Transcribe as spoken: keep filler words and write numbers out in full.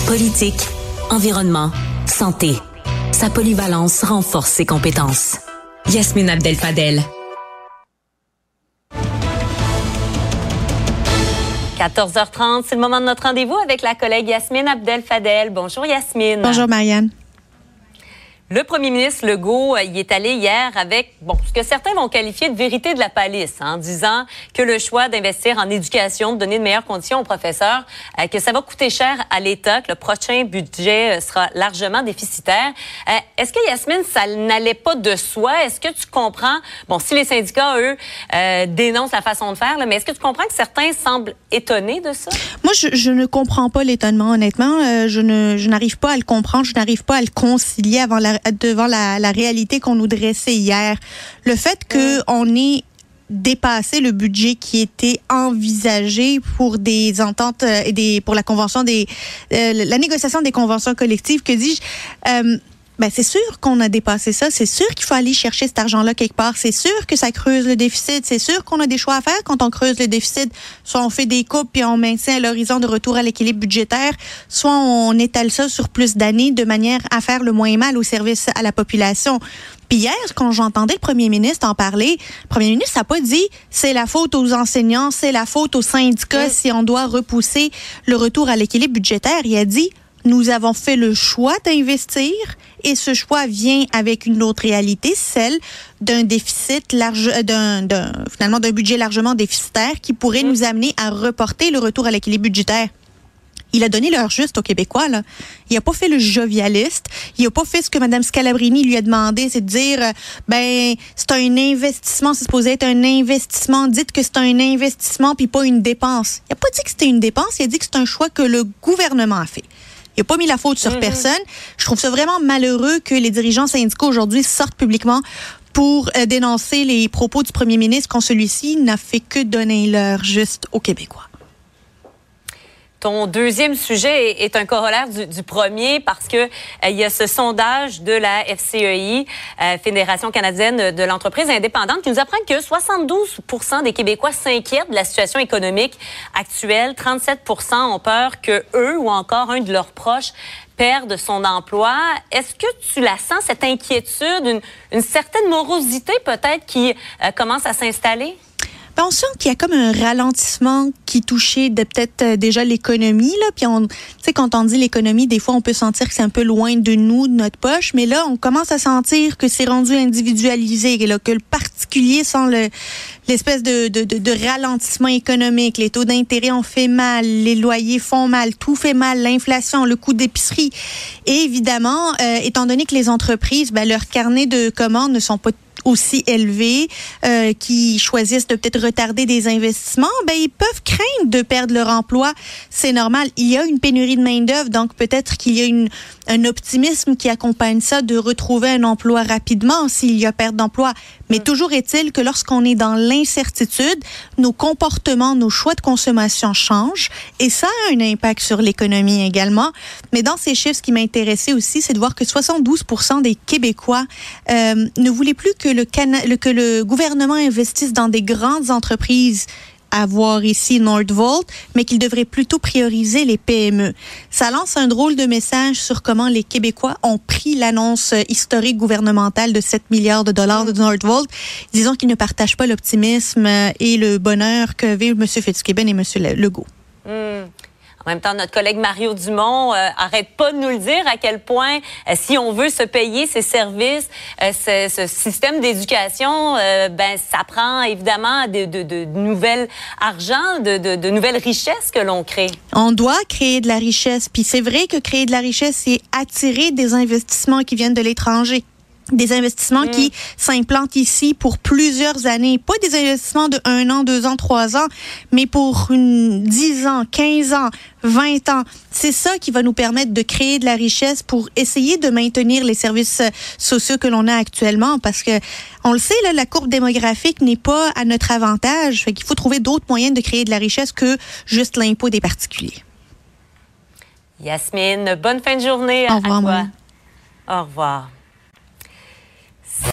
Politique, environnement, santé. Sa polyvalence renforce ses compétences. Yasmine Abdel-Fadel. quatorze heures trente, c'est le moment de notre rendez-vous avec la collègue Yasmine Abdel-Fadel. Bonjour Yasmine. Bonjour Marianne. Le premier ministre Legault y est allé hier avec bon, ce que certains vont qualifier de vérité de la palisse, hein, en disant que le choix d'investir en éducation, de donner de meilleures conditions aux professeurs, euh, que ça va coûter cher à l'État, que le prochain budget sera largement déficitaire. Euh, est-ce que, Yasmine, ça n'allait pas de soi? Est-ce que tu comprends, bon, si les syndicats, eux, euh, dénoncent la façon de faire, là, mais est-ce que tu comprends que certains semblent étonnés de ça? Moi, je, je ne comprends pas l'étonnement, honnêtement. Euh, je ne, je n'arrive pas à le comprendre, je n'arrive pas à le concilier avant la devant la, la réalité qu'on nous dressait hier. Le fait qu'on mmh. ait dépassé le budget qui était envisagé pour des ententes et des pour la convention des euh, la négociation des conventions collectives, que dis-je, euh, ben c'est sûr qu'on a dépassé ça. C'est sûr qu'il faut aller chercher cet argent-là quelque part. C'est sûr que ça creuse le déficit. C'est sûr qu'on a des choix à faire quand on creuse le déficit. Soit on fait des coupes puis on maintient l'horizon de retour à l'équilibre budgétaire, soit on étale ça sur plus d'années de manière à faire le moins mal au service à la population. Puis hier, quand j'entendais le premier ministre en parler, le premier ministre n'a pas dit c'est la faute aux enseignants, c'est la faute aux syndicats oui. si on doit repousser le retour à l'équilibre budgétaire. Il a dit nous avons fait le choix d'investir et ce choix vient avec une autre réalité, celle d'un déficit large, d'un, d'un finalement d'un budget largement déficitaire qui pourrait mmh. nous amener à reporter le retour à l'équilibre budgétaire. Il a donné l'heure juste aux Québécois, là. Il a pas fait le jovialiste. Il a pas fait ce que Mme Scalabrini lui a demandé, c'est de dire, ben, c'est un investissement, c'est supposé être un investissement. Dites que c'est un investissement puis pas une dépense. Il a pas dit que c'était une dépense, il a dit que c'est un choix que le gouvernement a fait. Il n'a pas mis la faute sur mmh. personne. Je trouve ça vraiment malheureux que les dirigeants syndicaux aujourd'hui sortent publiquement pour euh, dénoncer les propos du premier ministre quand celui-ci n'a fait que donner l'heure juste aux Québécois. Ton deuxième sujet est un corollaire du, du premier parce que euh, il y a ce sondage de la F C E I, euh, Fédération canadienne de l'entreprise indépendante, qui nous apprend que soixante-douze pour cent des Québécois s'inquiètent de la situation économique actuelle. trente-sept pour cent ont peur que eux ou encore un de leurs proches perdent son emploi. Est-ce que tu la sens, cette inquiétude, une, une certaine morosité peut-être qui euh, commence à s'installer? Ben, on sent qu'il y a comme un ralentissement qui touchait de peut-être euh, déjà l'économie, là. Puis on, tu sais, quand on dit l'économie, des fois on peut sentir que c'est un peu loin de nous, de notre poche, mais là on commence à sentir que c'est rendu individualisé, là, que le particulier sent le l'espèce de, de, de, de ralentissement économique. Les taux d'intérêt ont fait mal, les loyers font mal, tout fait mal, l'inflation, le coût d'épicerie. Et évidemment, euh, étant donné que les entreprises, ben, leurs carnets de commandes ne sont pas aussi élevés, euh, qui choisissent de peut-être retarder des investissements, ben ils peuvent craindre de perdre leur emploi. C'est normal. Il y a une pénurie de main-d'œuvre, donc peut-être qu'il y a une, un optimisme qui accompagne ça de retrouver un emploi rapidement s'il y a perte d'emploi. Mais mmh. toujours est-il que lorsqu'on est dans l'incertitude, nos comportements, nos choix de consommation changent et ça a un impact sur l'économie également. Mais dans ces chiffres, ce qui m'intéressait aussi, c'est de voir que soixante-douze pour cent des Québécois euh, ne voulaient plus que le, Cana- le, que le gouvernement investisse dans des grandes entreprises, à voir ici Nordvolt, mais qu'il devrait plutôt prioriser les P M E. Ça lance un drôle de message sur comment les Québécois ont pris l'annonce historique gouvernementale de sept milliards de dollars de Nordvolt. Disons qu'ils ne partagent pas l'optimisme et le bonheur que vivent M. Fitzgibbon et M. Legault. Mm. En même temps, notre collègue Mario Dumont euh, arrête pas de nous le dire à quel point, euh, si on veut se payer ces services, euh, ce, ce système d'éducation, euh, ben ça prend évidemment de, de, de nouvelles argent, de, de, de nouvelles richesses que l'on crée. On doit créer de la richesse, puis c'est vrai que créer de la richesse, c'est attirer des investissements qui viennent de l'étranger. Des investissements mmh. qui s'implantent ici pour plusieurs années. Pas des investissements de un an, deux ans, trois ans, mais pour une dix ans, quinze ans, vingt ans. C'est ça qui va nous permettre de créer de la richesse pour essayer de maintenir les services sociaux que l'on a actuellement. Parce que, on le sait, là, la courbe démographique n'est pas à notre avantage. Fait qu'il faut trouver d'autres moyens de créer de la richesse que juste l'impôt des particuliers. Yasmine, bonne fin de journée. Au revoir, à toi. Marie. Au revoir.